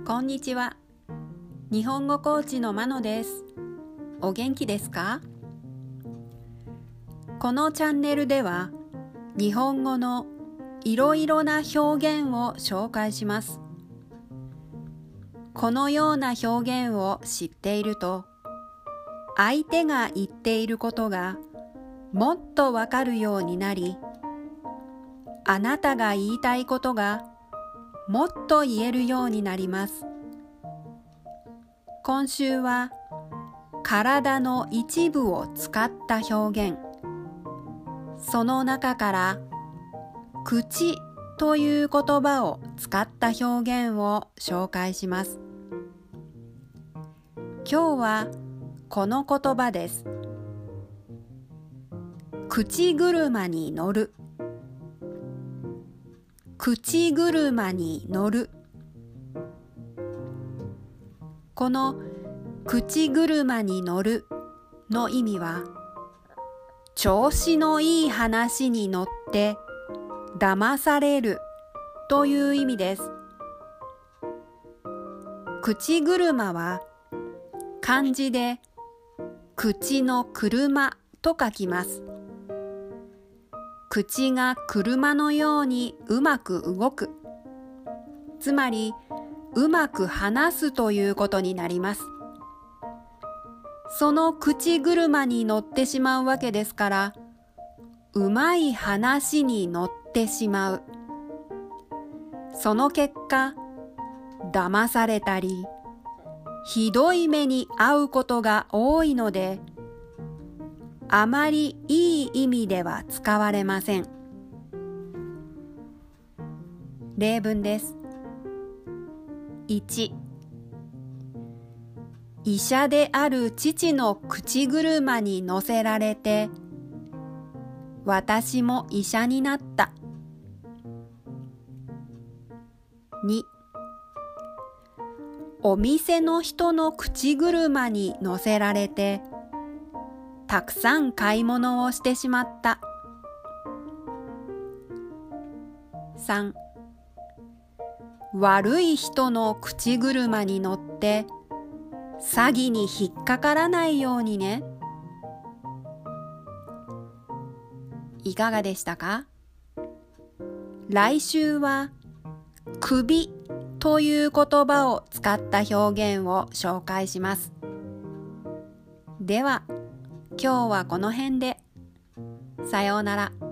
こんにちは。日本語コーチのまのです。お元気ですか？このチャンネルでは日本語のいろいろな表現を紹介します。このような表現を知っていると、相手が言っていることがもっとわかるようになり、あなたが言いたいことがもっと言えるようになります。今週は体の一部を使った表現、その中から口という言葉を使った表現を紹介します。今日はこの言葉です。口車に乗る。口車に乗る。この口車に乗るの意味は、調子のいい話に乗って騙されるという意味です。口車は漢字で口の車と書きます。口が車のようにうまく動く。つまり、うまく話すということになります。その口車に乗ってしまうわけですから、うまい話に乗ってしまう。その結果、騙されたり、ひどい目に遭うことが多いので、あまりいい意味では使われません。例文です。1、医者である父の口車に乗せられて、私も医者になった。2、お店の人の口車に乗せられて、たくさん買い物をしてしまった。3、悪い人の口車に乗って詐欺に引っかからないようにね。いかがでしたか？来週は首という言葉を使った表現を紹介します。では、今日はこの辺で。さようなら。